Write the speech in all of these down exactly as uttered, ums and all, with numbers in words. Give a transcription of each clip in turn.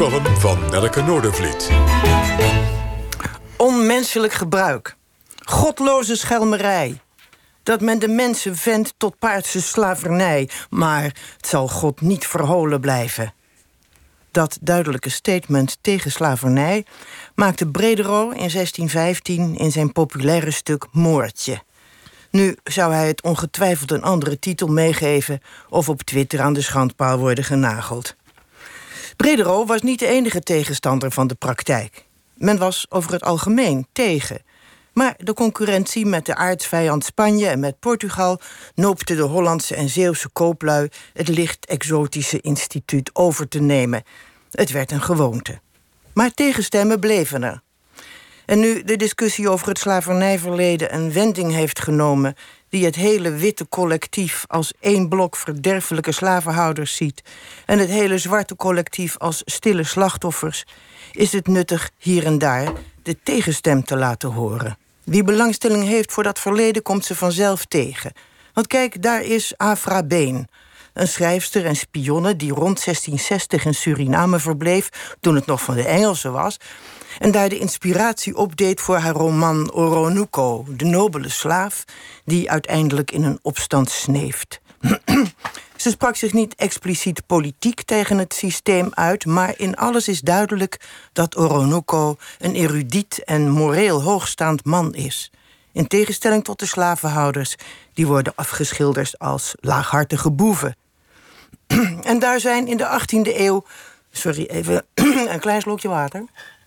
column van Nelleke Noordervliet. Onmenselijk gebruik. Godloze schelmerij. Dat men de mensen vendt tot paardse slavernij. Maar het zal God niet verholen blijven. Dat duidelijke statement tegen slavernij maakte Brederode in zestien vijftien in zijn populaire stuk Moortje. Nu zou hij het ongetwijfeld een andere titel meegeven of op Twitter aan de schandpaal worden genageld. Brederode was niet de enige tegenstander van de praktijk. Men was over het algemeen tegen. Maar de concurrentie met de aartsvijand Spanje en met Portugal noopte de Hollandse en Zeeuwse kooplui het licht exotische instituut over te nemen. Het werd een gewoonte. Maar tegenstemmen bleven er. En nu de discussie over het slavernijverleden een wending heeft genomen die het hele witte collectief als één blok verderfelijke slavenhouders ziet en het hele zwarte collectief als stille slachtoffers, is het nuttig hier en daar de tegenstem te laten horen. Wie belangstelling heeft voor dat verleden komt ze vanzelf tegen. Want kijk, daar is Afra Been, een schrijfster en spionne die rond zestien zestig in Suriname verbleef, toen het nog van de Engelsen was, en daar de inspiratie opdeed voor haar roman Oronooko, de nobele slaaf, die uiteindelijk in een opstand sneeft. Ze sprak zich niet expliciet politiek tegen het systeem uit, maar in alles is duidelijk dat Oronooko een erudiet en moreel hoogstaand man is. In tegenstelling tot de slavenhouders, die worden afgeschilderd als laaghartige boeven. En daar zijn in de achttiende eeuw... Sorry, even een klein slokje water.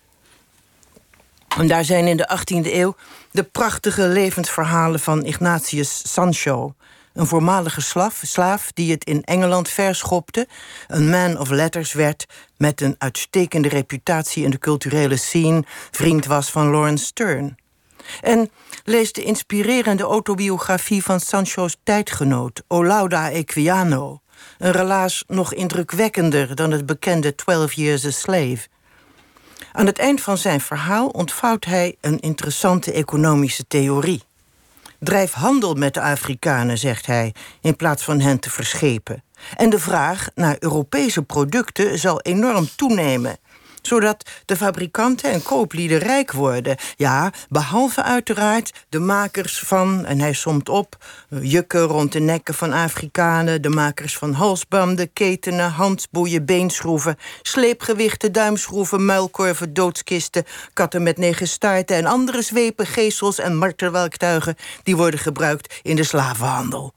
En daar zijn in de achttiende eeuw de prachtige levensverhalen van Ignatius Sancho, een voormalige slaaf, slaaf die het in Engeland verschopte, een man of letters werd met een uitstekende reputatie in de culturele scene, vriend was van Laurence Sterne. En lees de inspirerende autobiografie van Sancho's tijdgenoot, Olaudah Equiano, een relaas nog indrukwekkender dan het bekende twelve years a Slave. Aan het eind van zijn verhaal ontvouwt hij een interessante economische theorie. Drijf handel met de Afrikanen, zegt hij, in plaats van hen te verschepen. En de vraag naar Europese producten zal enorm toenemen, zodat de fabrikanten en kooplieden rijk worden. Ja, behalve uiteraard de makers van, en hij somt op, jukken rond de nekken van Afrikanen, de makers van halsbanden, ketenen, handboeien, beenschroeven, sleepgewichten, duimschroeven, muilkorven, doodskisten, katten met negen staarten en andere zwepen, geesels en martelwerktuigen die worden gebruikt in de slavenhandel.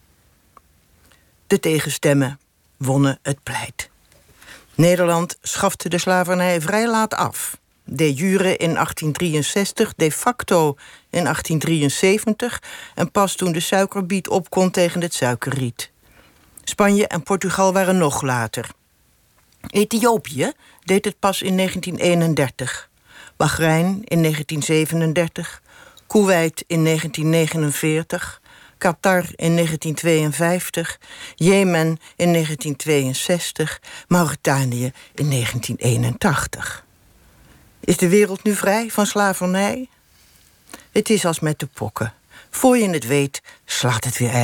De tegenstemmen wonnen het pleit. Nederland schafte de slavernij vrij laat af. De jure in achttien drieënzestig, de facto in achttien drieënzeventig... en pas toen de suikerbiet opkon tegen het suikerriet. Spanje en Portugal waren nog later. Ethiopië deed het pas in negentien eenendertig. Bahrein in negentien zevenendertig. Koeweit in negentien negenenveertig. Qatar in negentien tweeënvijftig, Jemen in negentien tweeënzestig, Mauritanië in negentien eenentachtig. Is de wereld nu vrij van slavernij? Het is als met de pokken. Voor je het weet, slaat het weer